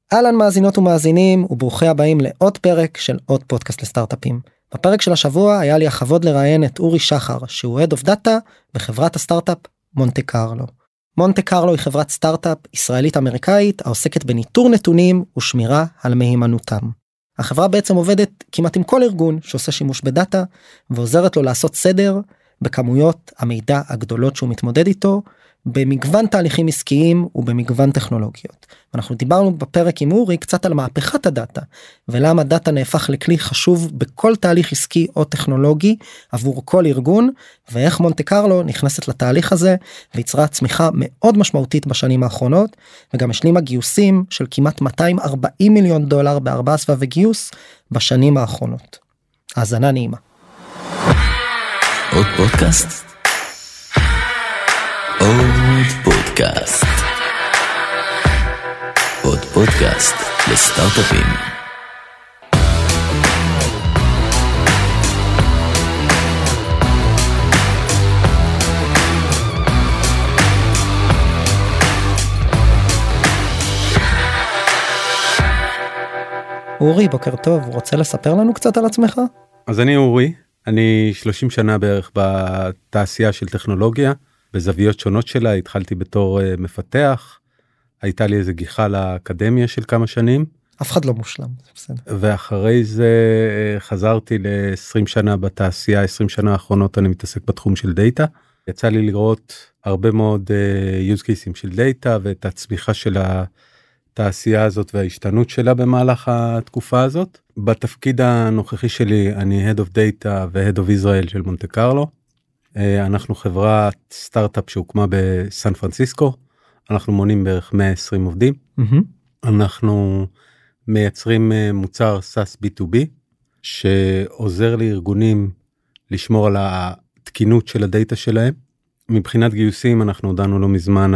אהלן מאזינות ומאזינים וברוכים הבאים לעוד פרק של עוד פודקאסט לסטארט-אפים. בפרק של השבוע היה לי הכבוד לראיין את אורי שחר שהוא Head of Data בחברת הסטארט-אפ מונטה קרלו. מונטה קרלו היא חברת סטארט-אפ ישראלית אמריקאית העוסקת בניטור נתונים ושמירה על מהימנותם. החברה בעצם עובדת כמעט עם כל ארגון שעושה שימוש בדאטה ועוזרת לו לעשות סדר בכמויות המידע הגדולות שהוא מתמודד איתו במגוון תהליכים עסקיים ובמגוון טכנולוגיות. אנחנו דיברנו בפרק עם אורי קצת על מהפכת הדאטה ולמה דאטה נהפך לכלי חשוב בכל תהליך עסקי או טכנולוגי עבור כל ארגון ואיך מונטה קרלו נכנסת לתהליך הזה ויצרה צמיחה מאוד משמעותית בשנים האחרונות וגם השלימה גיוסים של כמעט $240 מיליון ב4 סבבי גיוס בשנים האחרונות. האזנה נעימה. עוד פודקאסט? עוד פודקאסט. עוד פודקאסט לסטארט-אפים. אורי, בוקר טוב. רוצה לספר לנו קצת על עצמך? אז אני אורי, אני 30 שנה בערך בתעשייה של טכנולוגיה. בזוויות שונות שלה, התחלתי בתור מפתח, הייתה לי איזה גיחה לאקדמיה של כמה שנים. אף אחד לא מושלם, זה בסדר. ואחרי זה חזרתי ל-20 שנה בתעשייה, 20 שנה האחרונות אני מתעסק בתחום של דאטה. יצא לי לראות הרבה מאוד use cases של דאטה ואת הצמיחה של התעשייה הזאת וההשתנות שלה במהלך התקופה הזאת. בתפקיד הנוכחי שלי אני Head of Data ו-Head of Israel של מונטה קרלו. אנחנו חברת סטארט-אפ שהוקמה בסן פרנסיסקו, אנחנו מונים בערך 120 עובדים, אנחנו מייצרים מוצר SaaS B2B, שעוזר לארגונים לשמור על התקינות של הדאטה שלהם. מבחינת גיוסים אנחנו הודענו לא מזמן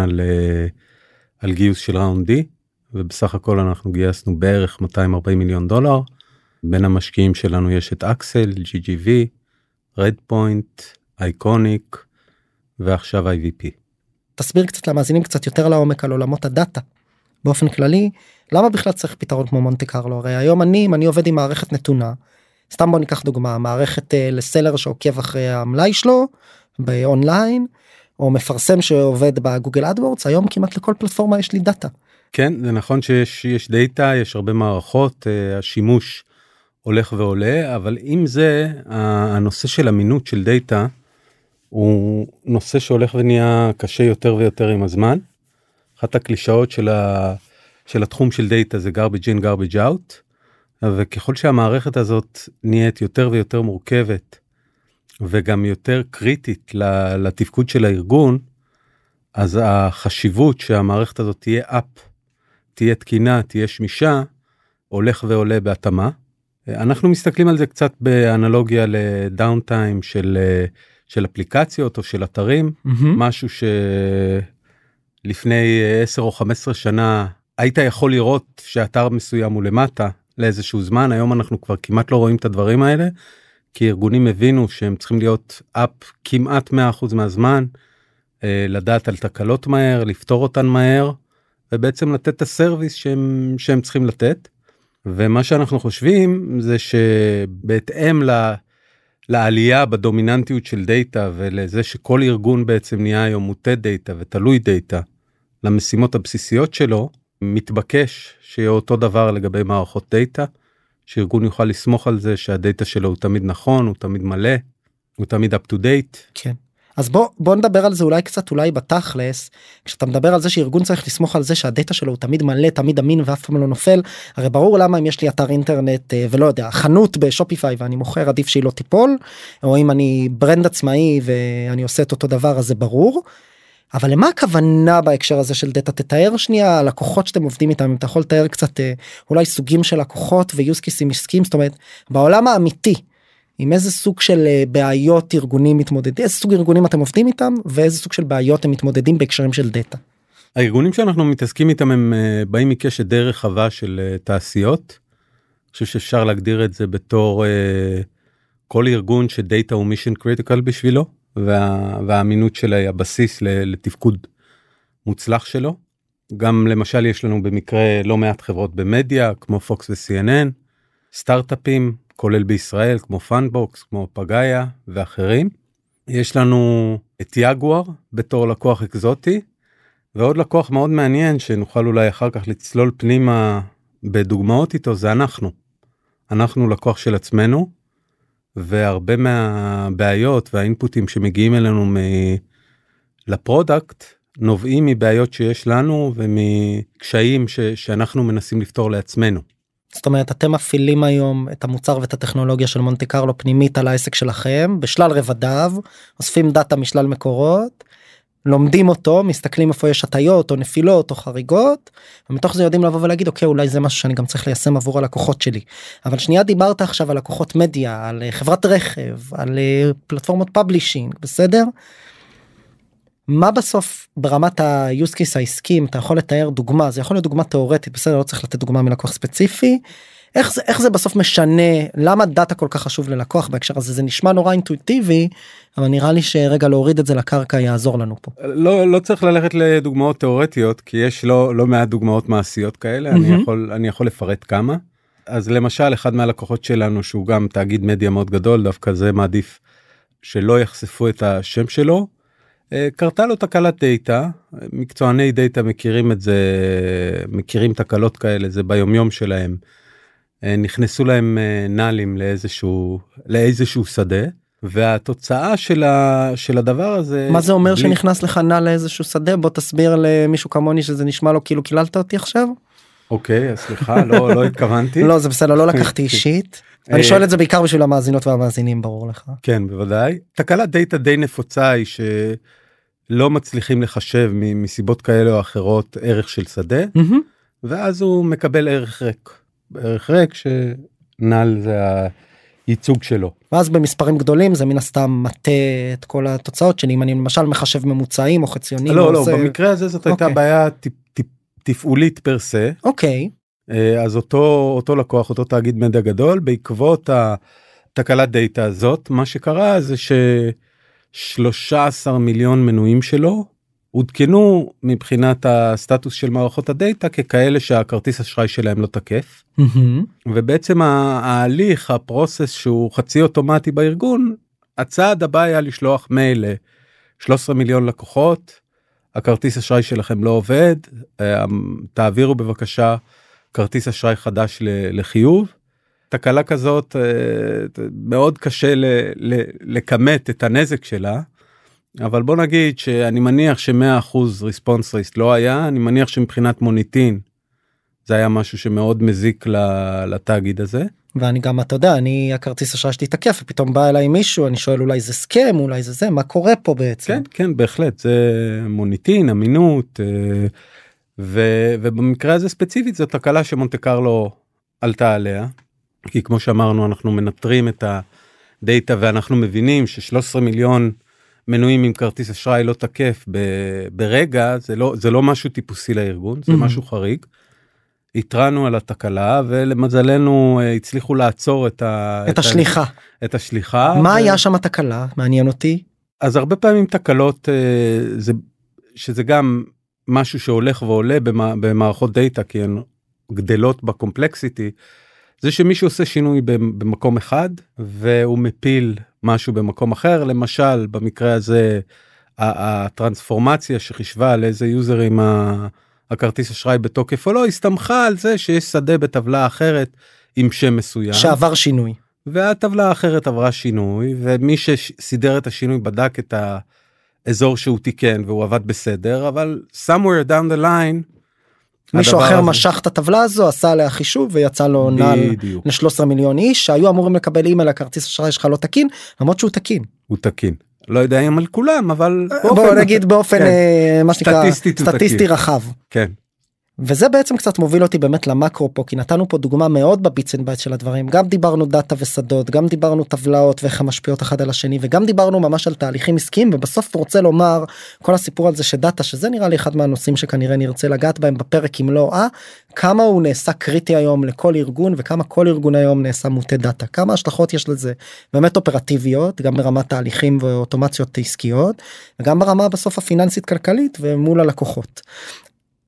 על גיוס של ראונד D, ובסך הכל אנחנו גייסנו בערך $240 מיליון. בין המשקיעים שלנו יש את אקסל, GGV, רדפוינט, אייקוניק ועכשיו IVP. תסביר קצת למאזינים קצת יותר לעומק על עולמות הדאטה. באופן כללי, למה בכלל צריך פתרון כמו מונטה קרלו? הרי היום אני עובד עם מערכת נתונה. סתם בוא ניקח דוגמה, מערכת לסלר שעוקב אחרי המלאי שלו באונליין, או מפרסם שעובד בגוגל אדוורדס, היום כמעט לכל פלטפורמה יש לי דאטה. כן, זה נכון שיש דאטה, יש הרבה מערכות, השימוש הולך ועולה, אבל עם זה, הנושא של אמינות של דאטה, הוא נושא שהולך ונהיה קשה יותר ויותר עם הזמן. אחת הקלישאות של התחום של דאטה זה garbage in, garbage out, וככל שהמערכת הזאת נהיית יותר ויותר מורכבת, וגם יותר קריטית לתפקוד של הארגון, אז החשיבות שהמערכת הזאת תהיה up, תהיה תקינה, תהיה שמישה, הולך ועולה בהתאמה. אנחנו מסתכלים על זה קצת באנלוגיה לדאונטיים של אפליקציות או של אתרים, משהו שלפני 10 או 15 שנה היית יכול לראות שאתר מסוים הוא למטה לאיזשהו זמן, היום אנחנו כבר כמעט לא רואים את הדברים האלה, כי ארגונים הבינו שהם צריכים להיות אפ כמעט 100% מהזמן, לדעת על תקלות מהר, לפתור אותן מהר, ובעצם לתת את הסרוויס שהם צריכים לתת. ומה שאנחנו חושבים זה שבהתאם לעלייה בדומיננטיות של דאטה ולזה שכל ארגון בעצם נהיה היום מוטה דאטה ותלוי דאטה למשימות הבסיסיות שלו, מתבקש שיהיה אותו דבר לגבי מערכות דאטה, שארגון יוכל לסמוך על זה שהדאטה שלו הוא תמיד נכון, הוא תמיד מלא, הוא תמיד up to date. כן. אז בוא נדבר על זה אולי בתכלס, כשאתה מדבר על זה שארגון צריך לסמוך על זה שהדאטה שלו הוא תמיד מלא, תמיד אמין ואף פעם לא נופל, הרי ברור למה אם יש לי אתר אינטרנט ולא יודע, חנות בשופיפיי ואני מוכר עדיף שהיא לא תיפול, או אם אני ברנד עצמאי ואני עושה את אותו דבר אז זה ברור, אבל למה הכוונה בהקשר הזה של דאטה? תתאר שנייה לקוחות שאתם עובדים איתם, אם אתה יכול לתאר קצת אולי סוגים של לקוחות ויוז קייסים עסקיים, זאת אומרת בעולם האמיתי, עם איזה סוג של בעיות ארגונים מתמודדים, איזה סוג ארגונים אתם עובדים איתם, ואיזה סוג של בעיות הם מתמודדים בהקשרים של דאטה. הארגונים שאנחנו מתעסקים איתם הם באים מקשת די רחבה של תעשיות. אני חושב שאפשר להגדיר את זה בתור כל ארגון שדאטה הוא מישן קריטיקל בשבילו, והאמינות שלה היא הבסיס לתפקוד מוצלח שלו. גם למשל יש לנו במקרה לא מעט חברות במדיה, כמו פוקס ו-CNN, סטארט-אפים, כולל בישראל, כמו פאנבוקס, כמו פגאיה ואחרים. יש לנו את יגואר בתור לקוח אקזוטי, ועוד לקוח מאוד מעניין שנוכל אולי אחר כך לצלול פנימה בדוגמאות איתו, זה אנחנו. אנחנו לקוח של עצמנו, והרבה מהבעיות והאינפוטים שמגיעים אלינו לפרודקט, נובעים מבעיות שיש לנו ומקשיים שאנחנו מנסים לפתור לעצמנו. זאת אומרת, אתם מפעילים היום את המוצר ואת הטכנולוגיה של מונטי קרלו פנימית על העסק שלכם, בשלל רבדיו, אוספים דאטה משלל מקורות, לומדים אותו, מסתכלים איפה יש הטיות או נפילות או חריגות, ומתוך זה יודעים לבוא ולהגיד, אוקיי, אולי זה משהו שאני גם צריך ליישם עבור הלקוחות שלי. אבל שנייה דיברת עכשיו על לקוחות מדיה, על חברת רכב, על פלטפורמות פאבלישינג, בסדר? מה בסוף ברמת ה-use case העסקי, אם אתה יכול לתאר דוגמה, זה יכול להיות דוגמה תיאורטית, בסדר, לא צריך לתת דוגמה מלקוח ספציפי, איך זה בסוף משנה, למה דאטה כל כך חשוב ללקוח בהקשר הזה, זה נשמע נורא אינטואיטיבי, אבל נראה לי שרגע להוריד את זה לקרקע יעזור לנו פה. לא צריך ללכת לדוגמאות תיאורטיות, כי יש לא מעט דוגמאות מעשיות כאלה, אני יכול לפרט כמה. אז למשל, אחד מהלקוחות שלנו, שהוא גם תאגיד מדיה מאוד גדול, דווקא זה מעדיף שלא יחשפו את השם שלו, קרתה לו תקלת דאטה, מקצועני דאטה מכירים את זה, מכירים תקלות כאלה, זה ביומיום שלהם, נכנסו להם נאלים לאיזשהו שדה, והתוצאה של הדבר הזה... מה זה אומר שנכנס לך נאל לאיזשהו שדה? בוא תסביר למישהו כמוני שזה נשמע לו כאילו קיללת אותי עכשיו. אוקיי, אז סליחה, לא התכוונתי. לא, זה בסדר, לא לקחתי אישית. אני שואל את זה בעיקר בשביל המאזינות והמאזינים, ברור לך. כן, בוודאי. תקלת דאטה די נפוצה היא שלא מצליחים לחשב מסיבות כאלה או אחרות ערך של שדה, ואז הוא מקבל ערך ריק שנאל זה הייצוג שלו. ואז במספרים גדולים זה מן הסתם מטה את כל התוצאות שלי, אם אני למשל מחשב ממוצעים או חציונים. לא, במקרה הזה זאת הייתה בעיה תפעולית פרסה. אוקיי. אז אותו לקוח, אותו תאגיד מדיה גדול, בעקבות התקלת דאטה הזאת, מה שקרה זה ש13 מיליון מנויים שלו, עודכנו מבחינת הסטטוס של מערכות הדאטה, ככאלה שהכרטיס אשראי שלהם לא תקף. ובעצם ההליך, הפרוסס שהוא חצי אוטומטי בארגון, הצעד הבא היה לשלוח מייל ל13 מיליון לקוחות, הכרטיס אשראי שלכם לא עובד, תעבירו בבקשה כרטיס אשראי חדש לחיוב. תקלה כזאת מאוד קשה לכמת את הנזק שלה, אבל בוא נגיד שאני מניח ש100% ריספונס רייט לא היה, אני מניח שמבחינת מוניטין זה היה משהו שמאוד מזיק לתאגיד הזה. ואני גם, אתה יודע, הכרטיס אשראי שלי תקף, ופתאום בא אליי מישהו, אני שואל אולי זה סכם, אולי זה, מה קורה פה בעצם? כן, בהחלט, זה מוניטין, אמינות, ובמקרה הזה ספציפית זו תקלה שמונטי קרלו עלתה עליה, כי כמו שאמרנו אנחנו מנטרים את הדאטה ואנחנו מבינים ש13 מיליון מנויים עם כרטיס אשראי לא תקף ברגע, זה לא משהו טיפוסי לארגון, זה משהו חריג. התרענו על התקלה ולמזלנו הצליחו לעצור את השליחה. את השליחה. מה היה שם התקלה? מעניין אותי. אז הרבה פעמים תקלות שזה גם משהו שהולך ועולה במערכות דאטה, כי הן גדלות בקומפלקסיטי, זה שמישהו עושה שינוי במקום אחד, והוא מפיל משהו במקום אחר, למשל, במקרה הזה, הטרנספורמציה שחישבה על איזה יוזר עם הכרטיס אשראי בתוקף או לא, הסתמכה על זה שיש שדה בטבלה אחרת עם שם מסוים. שעבר שינוי. והטבלה האחרת עברה שינוי, ומי שסידר את השינוי בדק את האזור שהוא תיקן, והוא עבד בסדר, אבל somewhere down the line, מישהו אחר משך את הטבלה הזו, עשה עליה חישוב, ויצא לו נעל ל13 מיליון איש, שהיו אמורים לקבל אימייל, הכרטיס אשראי שלך לא תקין, למרות שהוא תקין. הוא תקין. לא יודע אם על כולם, אבל... בואו נגיד באופן, מה שנקרא, סטטיסטי רחב. כן. וזה בעצם קצת מוביל אותי באמת למקרו פה, כי נתנו פה דוגמה מאוד בביטס אנד בייטס של הדברים, גם דיברנו דאטה ושדות, גם דיברנו טבלאות ואיך המשפיעות אחד על השני, וגם דיברנו ממש על תהליכים עסקיים, ובסוף רוצה לומר כל הסיפור על זה שדאטה, שזה נראה לי אחד מהנושאים שכנראה נרצה לגעת בהם בפרק, אם לא, כמה הוא נעשה קריטי היום לכל ארגון, וכמה כל ארגון היום נעשה מוטה דאטה, כמה השלכות יש לזה, באמת אופרטיביות, גם ברמת תהליכים ואוטומציות עסקיות, וגם ברמה בסוף הפיננסית כלכלית ומול הלקוחות.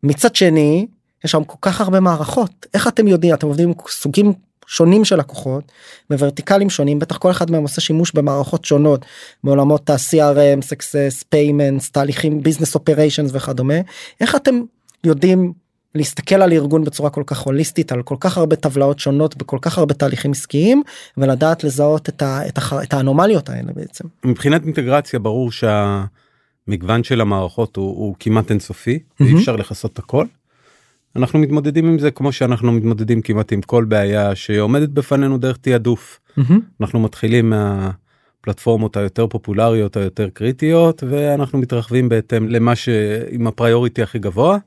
מצד שני, יש שם כל כך הרבה מערכות. איך אתם יודעים? אתם עובדים עם סוגים שונים של לקוחות, בוורטיקלים שונים, בטח כל אחד מהם עושה שימוש במערכות שונות, מעולמות ה-CRM, Success, Payments, תהליכים, Business Operations וכדומה. איך אתם יודעים להסתכל על ארגון בצורה כל כך הוליסטית, על כל כך הרבה טבלאות שונות, בכל כך הרבה תהליכים עסקיים, ולדעת לזהות את האנומליות האלה בעצם? מבחינת אינטגרציה, ברור שהמגוון של המערכות הוא כמעט אינסופי, ואי אפשר לחסות את הכל. אנחנו מתמודדים עם זה כמו שאנחנו מתמודדים כמעט עם כל בעיה שעומדת בפנינו דרך תיעדוף. אנחנו מתחילים מהפלטפורמות היותר פופולריות, היותר קריטיות, ואנחנו מתרחבים בהתאם למה עם הפריוריטי הכי גבוה.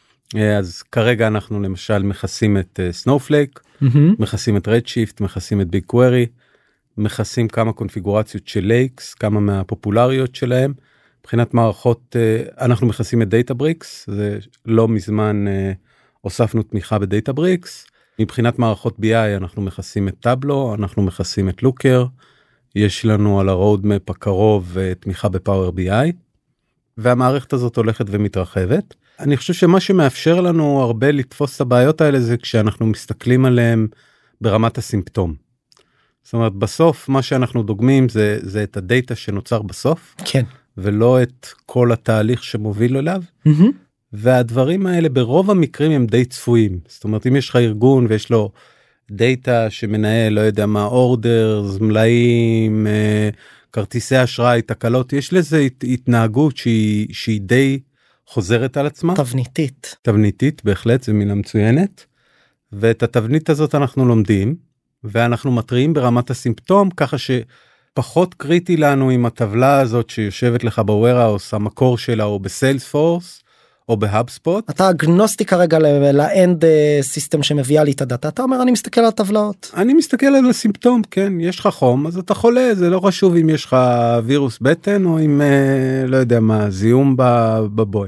אז כרגע אנחנו למשל מכסים את Snowflake, מכסים את Redshift, מכסים את BigQuery, מכסים כמה קונפיגורציות של Lakes, כמה מהפופולריות שלהם. מבחינת מערכות, אנחנו מכסים את Databricks, זה לא מזמן הוספנו תמיכה בדאטאבריקס. מבחינת מערכות BI אנחנו מכסים את טאבלו, אנחנו מכסים את לוקר, יש לנו על הרודמפ הקרוב תמיכה בפאוור BI, והמערכת הזאת הולכת ומתרחבת. אני חושב שמה שמאפשר לנו הרבה לתפוס את הבעיות האלה זה כשאנחנו מסתכלים עליהם ברמת הסימפטום. זאת אומרת, בסוף מה שאנחנו דוגמים זה את הדאטה שנוצר בסוף, כן. ולא את כל התהליך שמוביל אליו. והדברים האלה ברוב המקרים הם די צפויים. זאת אומרת, אם יש לך ארגון ויש לו דאטה שמנהל, לא יודע מה, אורדרס, מלאים, כרטיסי אשראי, תקלות, יש לזה התנהגות שהיא די חוזרת על עצמה. תבניתית. תבניתית, בהחלט, זו מילה מצוינת. ואת התבנית הזאת אנחנו לומדים, ואנחנו מטריעים ברמת הסימפטום, ככה שפחות קריטי לנו עם הטבלה הזאת שיושבת לך בווירהאוס, המקור שלה, או בסיילספורס, או בהאבספוט. אתה אגנוסטי כרגע לאנד סיסטם שמביאה לי את הדאטה, אתה אומר אני מסתכל על הטבלאות. אני מסתכל על הסימפטום, כן, יש לך חום, אז אתה חולה, זה לא חשוב אם יש לך וירוס בטן, או אם, לא יודע מה, זיהום בבויל.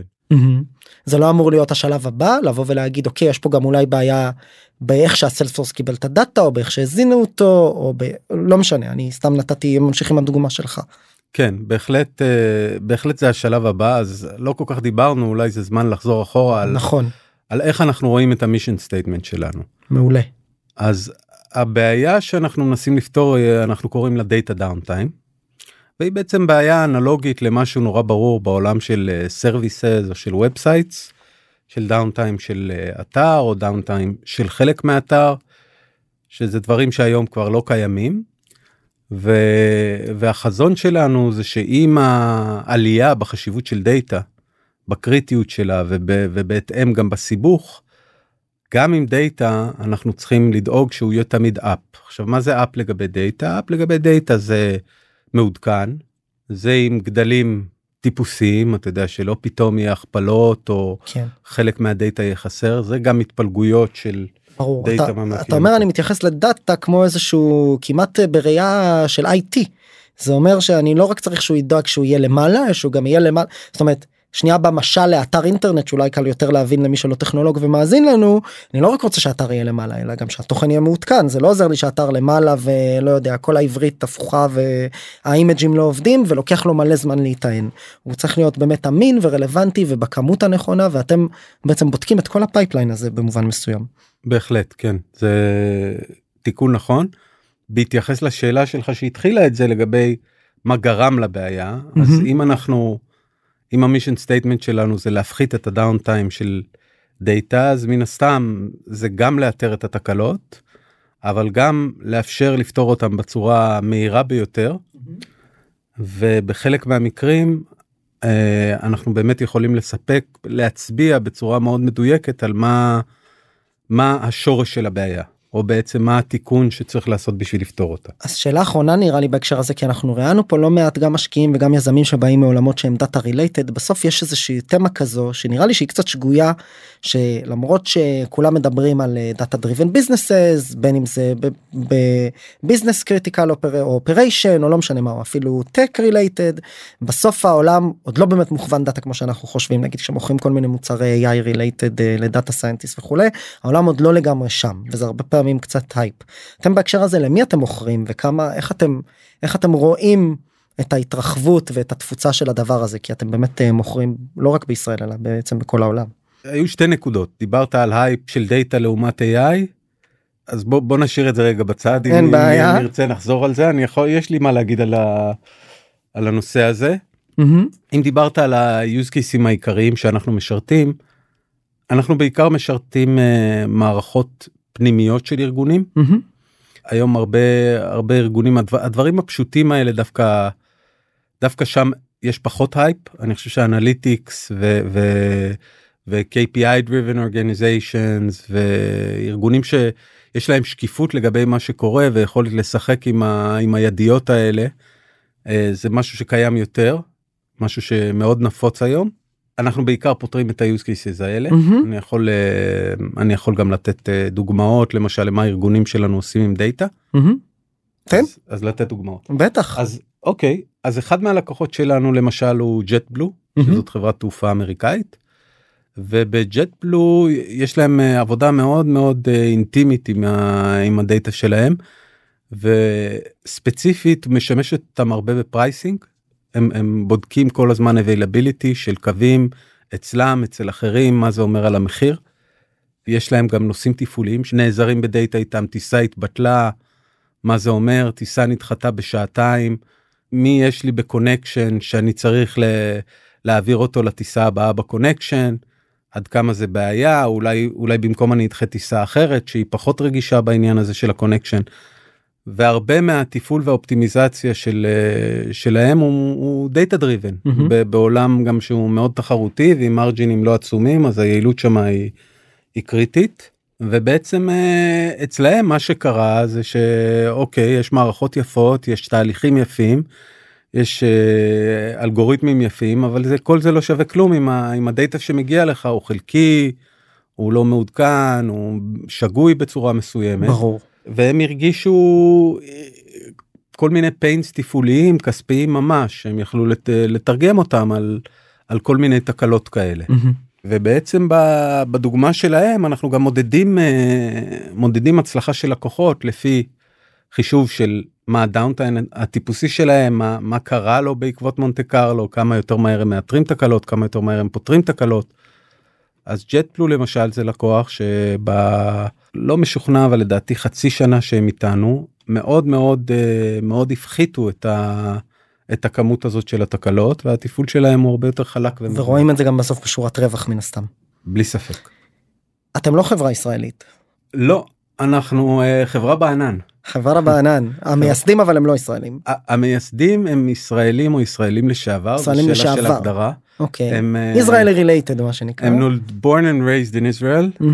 זה לא אמור להיות השלב הבא, לבוא ולהגיד, אוקיי, יש פה גם אולי בעיה באיך שהסלספורס קיבל את הדאטה, או באיך שהזינו אותו, או לא משנה, אני סתם ממשיך עם הדוגמה שלך. כן, בהחלט זה השלב הבא, אז לא כל כך דיברנו, אולי זה זמן לחזור אחורה נכון. על איך אנחנו רואים את המישן סטייטמנט שלנו. מעולה. אז הבעיה שאנחנו מנסים לפתור, אנחנו קוראים לה דאטה דאונטיים, והיא בעצם בעיה אנלוגית למשהו נורא ברור בעולם של סרוויסס או של ובסייטס, של דאונטיים של אתר או דאונטיים של חלק מהאתר, שזה דברים שהיום כבר לא קיימים, והחזון שלנו זה שעם העלייה בחשיבות של דאטה, בקריטיות שלה ובהתאם גם בסיבוך, גם עם דאטה אנחנו צריכים לדאוג שהוא יהיה תמיד אפ. עכשיו מה זה אפ לגבי דאטה? אפ לגבי דאטה זה מעודכן, זה עם גדלים טיפוסיים, אתה יודע שלא פתאום יהיה הכפלות או כן. חלק מהדאטה יהיה חסר, זה גם התפלגויות של ברור, אתה אומר אני מתייחס לדאטה כמו איזשהו כמעט בראייה של IT, זה אומר שאני לא רק צריך שהוא ידאג שהוא יהיה למעלה, שהוא גם יהיה למעלה, זאת אומרת שנייה במשל לאתר אינטרנט שאולי קל יותר להבין למי שלא טכנולוג ומאזין לנו, אני לא רק רוצה שהאתר יהיה למעלה אלא גם שהתוכן יהיה מעודכן, זה לא עוזר לי שהאתר למעלה ולא יודע כל העברית תפוכה והאימג'ים לא עובדים ולוקח לו מלא זמן להיטען, הוא צריך להיות באמת אמין ורלוונטי ובכמות הנכונה, ואתם בעצם בודקים את כל הפייפליין הזה במובן מסוים. בהחלט, כן, זה תיקון נכון. בהתייחס לשאלה שלך שהתחילה את זה לגבי מה גרם לבעיה, אז אם המישן סטייטמנט שלנו זה להפחית את הדאונטיים של דאטה, אז מן הסתם זה גם לאתר את התקלות, אבל גם לאפשר לפתור אותם בצורה מהירה ביותר, ובחלק מהמקרים אנחנו באמת יכולים לספק, להצביע בצורה מאוד מדויקת על מה השורש של הבעיה, או בעצם מה התיקון שצריך לעשות בשביל לפתור אותה. אז שאלה אחרונה נראה לי בהקשר הזה, כי אנחנו ראינו פה לא מעט גם משקיעים וגם יזמים שבאים מעולמות שהם דאטה רילייטד, בסוף יש איזושהי תמה כזו שנראה לי שהיא קצת שגויה, שלמרות שכולם מדברים על דאטה דריבן ביזנסס, בין אם זה בביזנס קריטיקל אופריישן, או לא משנה מה, או אפילו טק רילייטד, בסוף העולם עוד לא באמת מוכוון דאטה כמו שאנחנו חושבים, נגיד כשמוכרים כל מיני מוצרי AI רילייטד לדאטה סיינטיסט וכולי, העולם עוד לא לגמרי שם, וזה הרבה פעמים קצת הייפ. אתם בהקשר הזה למי אתם מוכרים וכמה, איך אתם רואים את ההתרחבות ואת התפוצה של הדבר הזה, כי אתם באמת מוכרים לא רק בישראל אלא בעצם בכל העולם. היו שתי נקודות, דיברת על הייפ של דאטה לעומת AI, אז בוא נשאיר את זה רגע בצד, אין בעיה. אם נרצה נחזור על זה, יש לי מה להגיד על הנושא הזה. אם דיברת על ה-use cases העיקריים שאנחנו משרתים, אנחנו בעיקר משרתים מערכות פנימיות של ארגונים. היום הרבה ארגונים, הדברים הפשוטים האלה דווקא שם יש פחות הייפ. אני חושב שהאנליטיקס ו-KPI driven organizations וארגונים שיש להם שקיפות לגבי מה שקורה ויכולת לשחק עם הידיות האלה, זה משהו שקיים יותר, משהו שמאוד נפוץ היום. אנחנו בעיקר פותרים את ה-use cases האלה. אני יכול גם לתת דוגמאות, למשל למה הארגונים שלנו עושים עם דאטה. תן. אז לתת דוגמאות. בטח. אז אוקיי, אז אחד מהלקוחות שלנו למשל הוא JetBlue, שזאת חברת תעופה אמריקאית, ובJetBlue יש להם עבודה מאוד מאוד אינטימית עם הדאטה שלהם, וספציפית משמשת אותם הרבה בפרייסינג. הם בודקים כל הזמן availability של קווים אצלם, אצל אחרים, מה זה אומר על המחיר. יש להם גם נושאים תפעוליים שנעזרים בדאטה איתם, טיסה התבטלה, מה זה אומר, טיסה נדחתה בשעתיים, מי יש לי בקונקשן שאני צריך להעביר אותו לטיסה הבאה בקונקשן, עד כמה זה בעיה, אולי במקום אני אדחה טיסה אחרת שהיא פחות רגישה בעניין הזה של הקונקשן. והרבה מהטיפול והאופטימיזציה שלהם הוא data driven, בעולם גם שהוא מאוד תחרותי ועם מרג'ינים לא עצומים, אז היעילות שם היא קריטית. ובעצם אצלהם מה שקרה זה שאוקיי, יש מערכות יפות, יש תהליכים יפים, יש אלגוריתמים יפים, אבל כל זה לא שווה כלום עם הדאטה שמגיע לך, הוא חלקי, הוא לא מעודכן, הוא שגוי בצורה מסוימת. ברור. והם הרגישו כל מיני פיינס תפעוליים, כספיים ממש, הם יכלו לתרגם אותם על כל מיני תקלות כאלה. ובעצם בדוגמה שלהם אנחנו גם מודדים הצלחה של לקוחות לפי חישוב של מה הדאונטיין הטיפוסי שלהם, מה קרה לו בעקבות מונטה קרלו, כמה יותר מהר הם מאתרים תקלות, כמה יותר מהר הם פותרים תקלות. אז JetBlue למשל זה לקוח לא משוכנע, אבל לדעתי חצי שנה שהם איתנו, מאוד מאוד מאוד הפחיתו את הכמות הזאת של התקלות, והטיפול שלהם הוא הרבה יותר חלק. ורואים את זה גם בסוף בשורת רווח מן הסתם. בלי ספק. אתם לא חברה ישראלית. לא, אנחנו חברה בענן. חברה בענן, המייסדים אבל הם לא ישראלים. המייסדים הם ישראלים או ישראלים לשעבר, ישראלים לשעבר. של הגדרה. אוקיי, Israeli related מה שנקרא. הם born and raised in Israel,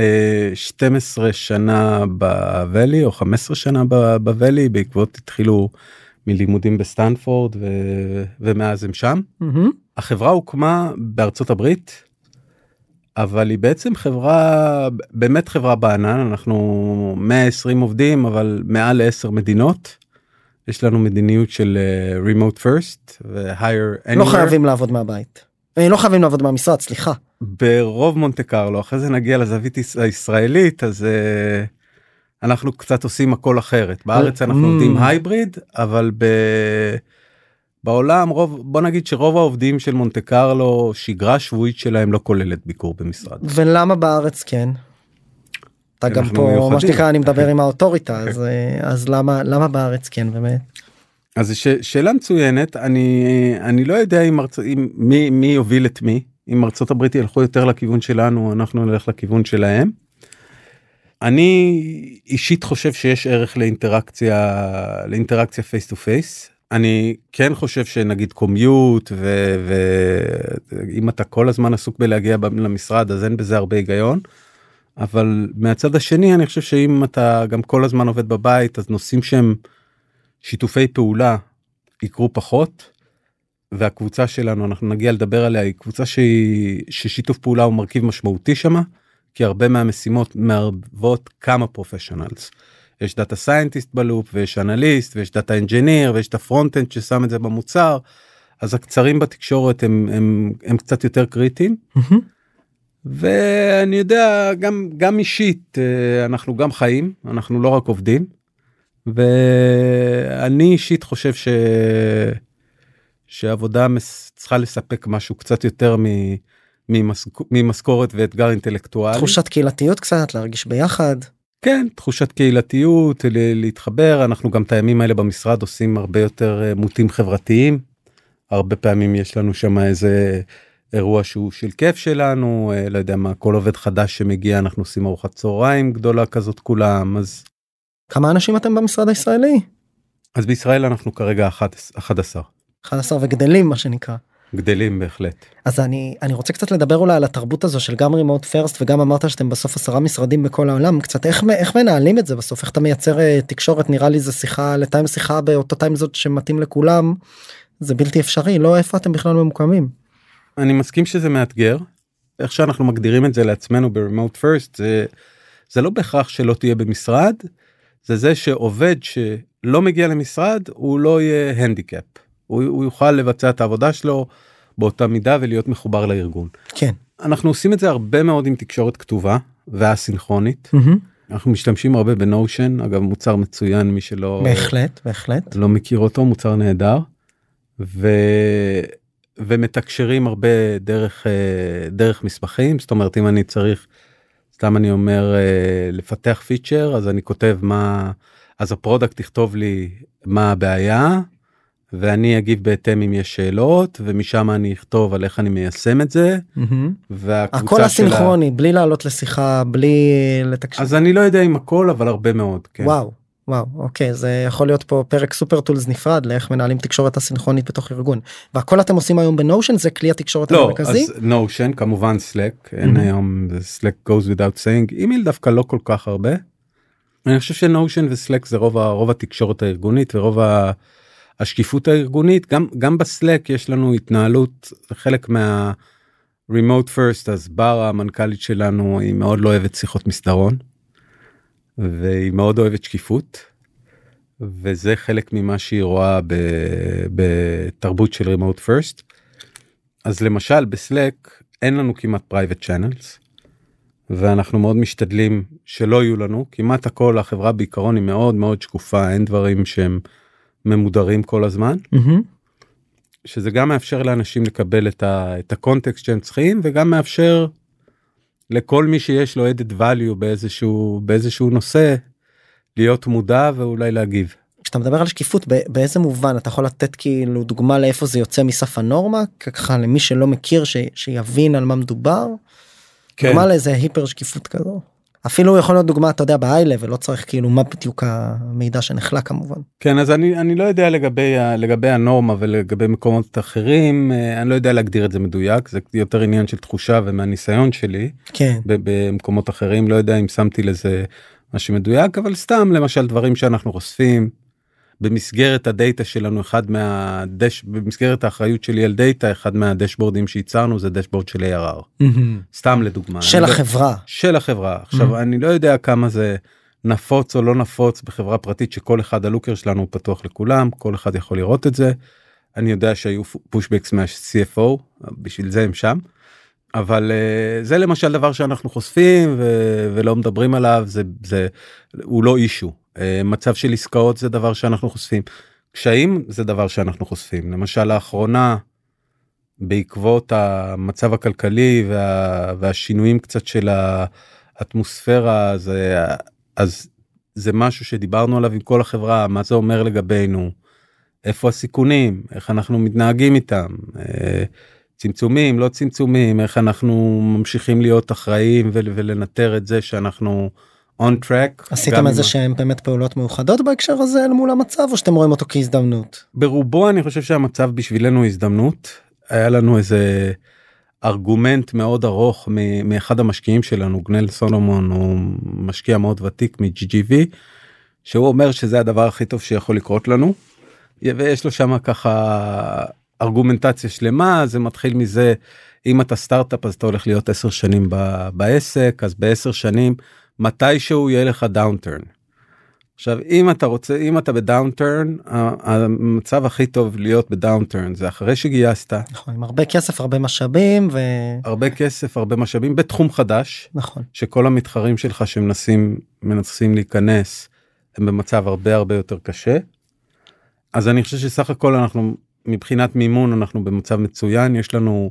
12 שנה בוואלי או 15 שנה בוואלי, בעקבות התחילו מלימודים בסטנפורד ומאז הם שם. החברה הוקמה בארצות הברית, אבל היא בעצם באמת חברה בענן, אנחנו 120 עובדים, אבל מעל 10 מדינות. יש לנו מדיניות של remote first ו-hire anywhere. לא חייבים לעבוד מהבית. לא חייבים לעבוד מהמשרד, סליחה. ברוב מונטה קרלו, אחרי זה נגיע לזווית הישראלית, אז אנחנו קצת עושים הכל אחרת. בארץ אנחנו עובדים הייבריד, אבל בעולם, בוא נגיד שרוב העובדים של מונטה קרלו, שגרה שבועית שלהם לא כוללת ביקור במשרד. ולמה בארץ כן? אתה גם פה, מה שנקרא, אני מדבר עם האוטוריטה, אז למה בארץ כן באמת? אז שאלה מצוינת, אני לא יודע מי יוביל את מי, אם ארצות הברית ילכו יותר לכיוון שלנו, אנחנו נלך לכיוון שלהם. אני אישית חושב שיש ערך לאינטראקציה פייס טו פייס. אני כן חושב שנגיד קומיוט, ואם אתה כל הזמן עסוק בלהגיע למשרד, אז אין בזה הרבה היגיון. אבל מהצד השני, אני חושב שאם אתה גם כל הזמן עובד בבית, אז נושאים שהם שיתופי פעולה יקרו פחות, והקבוצה שלנו, אנחנו נגיע לדבר עליה, היא קבוצה ששיתוף פעולה הוא מרכיב משמעותי שמה, כי הרבה מהמשימות מערבות כמה פרופשיונלס. יש דאטה סיינטיסט בלופ, ויש אנליסט, ויש דאטה אנג'יניר, ויש את הפרונט-אנד ששם את זה במוצר, אז הקצרים בתקשורת הם קצת יותר קריטיים, ואני יודע, גם אישית, אנחנו גם חיים, אנחנו לא רק עובדים, ואני אישית חושב שעבודה צריכה לספק משהו קצת יותר ממשכורת ואתגר אינטלקטואלי. תחושת קהילתיות קצת, להרגיש ביחד. כן, תחושת קהילתיות, להתחבר. אנחנו גם את הימים האלה במשרד עושים הרבה יותר מוטים חברתיים. הרבה פעמים יש לנו שם איזה אירוע שהוא של כיף שלנו, לא יודע מה, כל עובד חדש שמגיע, אנחנו עושים ארוחת צהריים גדולה כזאת כולם, אז... כמה אנשים אתם במשרד הישראלי? אז בישראל אנחנו כרגע 11. 11 וגדלים מה שנקרא. גדלים בהחלט. אז אני רוצה קצת לדבר אולי על התרבות הזו של גם remote first וגם אמרת שאתם בסוף 10 משרדים בכל העולם, קצת איך מנהלים את זה בסוף, איך אתה מייצר תקשורת, נראה לי זה שיחה, לתאם שיחה באותו טיים זאת שמתאים לכולם, זה בלתי אפשרי, לא איפה אתם בכלל ממוקמים. אני מסכים שזה מאתגר, איך שאנחנו מגדירים את זה לעצמנו ב-remote first, זה לא בהכרח שלא תהיה במשרד, זה שעובד שלא מגיע למשרד, הוא לא יהיה הנדיקאפ. הוא יוכל לבצע את העבודה שלו באותה מידה ולהיות מחובר לארגון. כן. אנחנו עושים את זה הרבה מאוד עם תקשורת כתובה ואסינכרונית. אנחנו משתמשים הרבה בנושן, אגב מוצר מצוין, מי שלא... בהחלט. לא מכיר אותו, מוצר נהדר. ומתקשרים הרבה דרך מסמכים, זאת אומרת אם אני צריך, סתם אני אומר לפתח פיצ'ר, אז אני כותב אז הפרודקט יכתוב לי מה הבעיה, ואני אגיב בהתאם אם יש שאלות, ומשם אני אכתוב על איך אני מיישם את זה. הכל הסינכרוני, בלי לעלות לשיחה, בלי לתקשר. אז אני לא יודע אם הכל, אבל הרבה מאוד. כן. וואו, אוקיי, זה יכול להיות פה פרק סופר טולס נפרד, לאיך מנהלים תקשורת הסינכרונית בתוך ארגון. והכל אתם עושים היום בנושן, זה כלי התקשורת המרכזי? לא, אז נושן, כמובן סלק, אין היום, סלק goes without saying, אימייל דווקא לא כל כך הרבה. אני חושב שנושן וסלק זה רוב התקשורת הארגונית, ורוב השקיפות הארגונית, גם בסלק יש לנו התנהלות, חלק מה-remote first, אז בר המנכ"לית שלנו, היא מאוד לא אוהבת שיחות מסדרון, והיא מאוד אוהבת שקיפות, וזה חלק ממה שהיא רואה בתרבות של remote first. אז למשל בסלק, אין לנו כמעט private channels, ואנחנו מאוד משתדלים שלא יהיו לנו, כמעט הכל, החברה בעיקרון היא מאוד מאוד שקופה, אין דברים שהם ממודרים כל הזמן, שזה גם מאפשר לאנשים לקבל את הקונטקסט שהם צריכים, וגם מאפשר לכל מי שיש לו added value באיזשהו נושא, להיות מודע ואולי להגיב. כשאתה מדבר על שקיפות, באיזה מובן אתה יכול לתת כאילו דוגמה לאיפה זה יוצא מסף הנורמה, ככה למי שלא מכיר שיבין על מה מדובר, כן. דוגמה לאיזה היפר שקיפות כזו. אפילו יכול להיות דוגמה, אתה יודע, ב-high level, לא צריך כאילו מה בדיוק המידע שנחלק כמובן. כן, אז אני לא יודע לגבי הנורמה ולגבי מקומות אחרים, אני לא יודע להגדיר את זה מדויק, זה יותר עניין של תחושה ומהניסיון שלי. כן. במקומות אחרים, לא יודע אם שמתי לזה משהו מדויק, אבל סתם למשל דברים שאנחנו חושפים, במסגרת הדאטה שלנו, במסגרת האחריות שלי על דאטה, אחד מהדשבורדים שייצרנו זה דשבורד של ARR. סתם לדוגמה. של החברה. של החברה. עכשיו, אני לא יודע כמה זה נפוץ או לא נפוץ בחברה פרטית, שכל אחד הלוקר שלנו פתוח לכולם, כל אחד יכול לראות את זה. אני יודע שהיו פושבקס מה-CFO, בשביל זה הם שם. אבל זה למשל דבר שאנחנו חושפים ולא מדברים עליו, הוא לא אישו. מצב של עסקאות זה דבר שאנחנו חושפים. קשיים זה דבר שאנחנו חושפים. למשל לאחרונה, בעקבות המצב הכלכלי והשינויים קצת של האטמוספירה, אז זה משהו שדיברנו עליו עם כל החברה, מה זה אומר לגבינו, איפה הסיכונים, איך אנחנו מתנהגים איתם, צמצומים, לא צמצומים, איך אנחנו ממשיכים להיות אחראים ולנטר את זה שאנחנו on track. עשיתם את זה שהם באמת פעולות מאוחדות בהקשר הזה אל מול המצב, או שאתם רואים אותו כהזדמנות? ברובו אני חושב שהמצב בשבילנו הזדמנות. היה לנו איזה ארגומנט מאוד ארוך מאחד המשקיעים שלנו, גנל סולומון, הוא משקיע מאוד ותיק מ-GGV, שהוא אומר שזה הדבר הכי טוב שיכול לקרות לנו, ויש לו שם ככה ארגומנטציה שלמה. זה מתחיל מזה, אם אתה סטארט-אפ אז אתה הולך להיות 10 שנים בעסק, אז ב10 שנים מתישהו יהיה לך דאונטרן. עכשיו אם אתה בדאונטרן, המצב הכי טוב להיות בדאונטרן זה אחרי שגייסת. נכון, עם הרבה כסף, הרבה משאבים הרבה כסף, הרבה משאבים בתחום חדש. נכון. שכל המתחרים שלך שמנסים להיכנס, הם במצב הרבה יותר קשה. אז אני חושב שסך הכל אנחנו, מבחינת מימון אנחנו במצב מצוין, יש לנו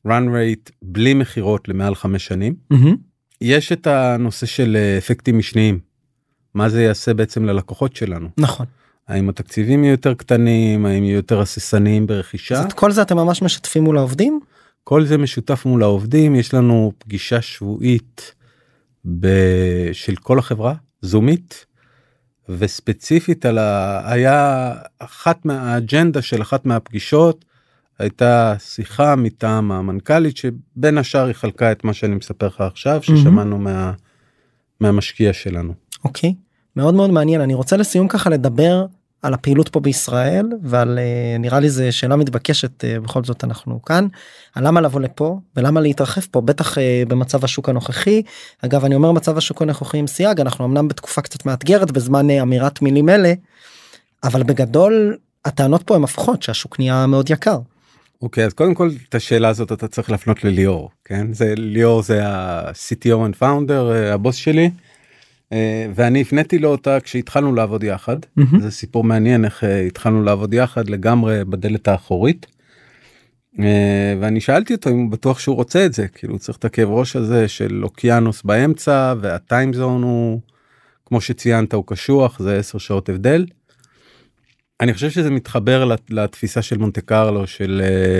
run rate בלי מחירות למעל 5 שנים. יש את הנושא של אפקטים משניים. מה זה יעשה בעצם ללקוחות שלנו? נכון. האם התקציבים יהיו יותר קטנים, האם יהיו יותר הססניים ברכישה? אז את כל זה אתם ממש משתפים מול העובדים? כל זה משותף מול העובדים, יש לנו פגישה שבועית של כל החברה, זומית, וספציפית היה האג'נדה של אחת מהפגישות, הייתה שיחה מטעם המנכ"לית, שבין השאר היא חלקה את מה שאני מספר לך עכשיו, ששמענו מהמשקיע שלנו. אוקיי, מאוד מאוד מעניין. אני רוצה לסיום ככה לדבר על הפעילות פה בישראל, ועל, נראה לי זה שאלה מתבקשת, בכל זאת אנחנו כאן, על למה לבוא לפה, ולמה להתרחב פה, בטח במצב השוק הנוכחי. אגב, אני אומר מצב השוק הנוכחי עם סייג, אנחנו אמנם בתקופה קצת מאתגרת, בזמן אמירת מילים אלה, אבל בגדול, הטענות פה הן הפכות, שהשוק נהיה מאוד יקר. אוקיי, אז קודם כל, את השאלה הזאת אתה צריך להפנות לליאור, כן? ליאור זה ה-CTO and founder, הבוס שלי, ואני הפניתי לו אותה כשהתחלנו לעבוד יחד. זה סיפור מעניין איך התחלנו לעבוד יחד לגמרי בדלת האחורית. ואני שאלתי אותו אם הוא בטוח שהוא רוצה את זה, כאילו הוא צריך את הכאב ראש הזה של אוקיינוס באמצע, והטיים זון הוא, כמו שציינת, הוא קשוח, זה 10 שעות הבדל. אני חושב שזה מתחבר לתפיסה של מונטה קרלו, של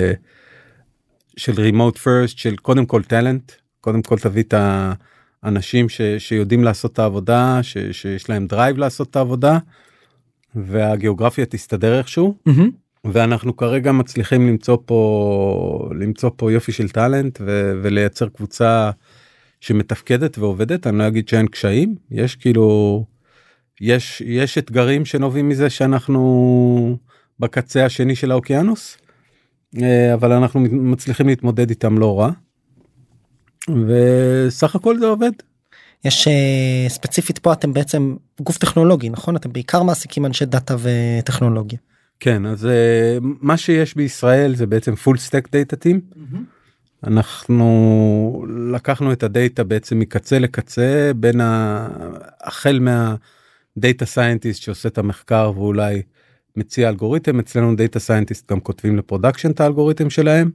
remote first, של קודם כל טלנט, קודם כל תביא את האנשים שיודעים לעשות את העבודה, שיש להם דרייב לעשות את העבודה, והגיאוגרפיה תסתדר איכשהו, ואנחנו כרגע מצליחים למצוא פה יופי של טלנט, ולייצר קבוצה שמתפקדת ועובדת. אני לא אגיד שאין קשיים, יש כאילו, יש אתגרים שנובעים מזה שאנחנו בקצה השני של האוקיינוס, אבל אנחנו מצליחים להתמודד איתם לא רע, וסך הכל זה עובד. יש ספציפית פה אתם בעצם גוף טכנולוגי, נכון? אתם בעיקר מעסיקים אנשי דאטה וטכנולוגיה. כן, אז מה שיש בישראל זה בעצם full stack data team. אנחנו לקחנו את הדאטה בעצם מקצה לקצה, בין החל מהדאטה סיינטיסט שעושה את המחקר ואולי מציע אלגוריתם, אצלנו דאטה סיינטיסט גם כותבים לפרודקשן את האלגוריתם שלהם,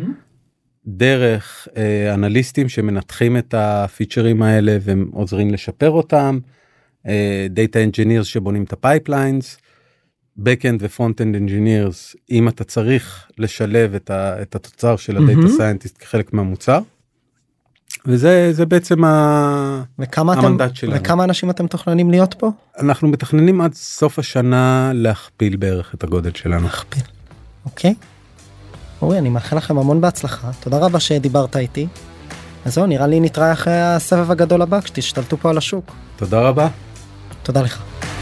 דרך אנליסטים שמנתחים את הפיצ'רים האלה ועוזרים לשפר אותם, דאטה אנג'ינירס שבונים את הפייפליינס, back-end ו-front-end engineers, אם אתה צריך לשלב את התוצר של הדאטה סיינטיסט כחלק מהמוצר, וזה בעצם המנדט שלנו. וכמה אנשים אתם תוכננים להיות פה? אנחנו מתכננים עד סוף השנה להכפיל בערך את הגודל שלנו. להכפיל, אוקיי. אורי, אני מאחל לכם המון בהצלחה, תודה רבה שדיברת איתי, אז זהו, נראה לי נתראה אחרי הסבב הגדול הבא, כשתשתלטו פה על השוק. תודה רבה. תודה לך.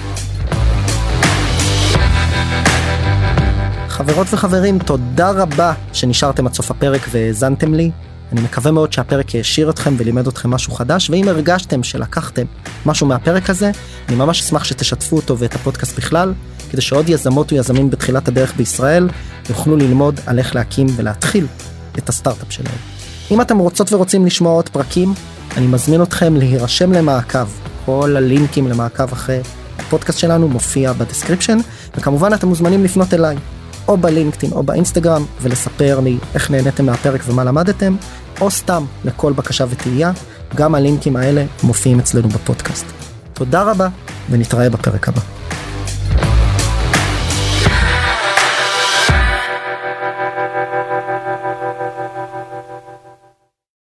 חברות וחברים, תודה רבה שנשארתם עד סוף הפרק והאזנתם לי. אני מקווה מאוד שהפרק ישיר אתכם ולימד אתכם משהו חדש, ואם הרגשתם שלקחתם משהו מהפרק הזה, אני ממש אשמח שתשתפו אותו ואת הפודקאסט בכלל, כדי שעוד יזמות ויזמים בתחילת הדרך בישראל יוכלו ללמוד על איך להקים ולהתחיל את הסטארט-אפ שלהם. אם אתם רוצות ורוצים לשמוע עוד פרקים, אני מזמין אתכם להירשם למעקב. כל הלינקים למעקב אחרי הפודקאסט שלנו מופיע בדסקריפשן, וכמובן אתם מוזמנים לפנות אליי, או בלינקדאין או באינסטגרם, ולספר לי איך נהניתם מהפרק ומה למדתם, או סתם לכל בקשה ותהייה, גם הלינקים האלה מופיעים אצלנו בפודקאסט. תודה רבה, ונתראה בפרק הבא.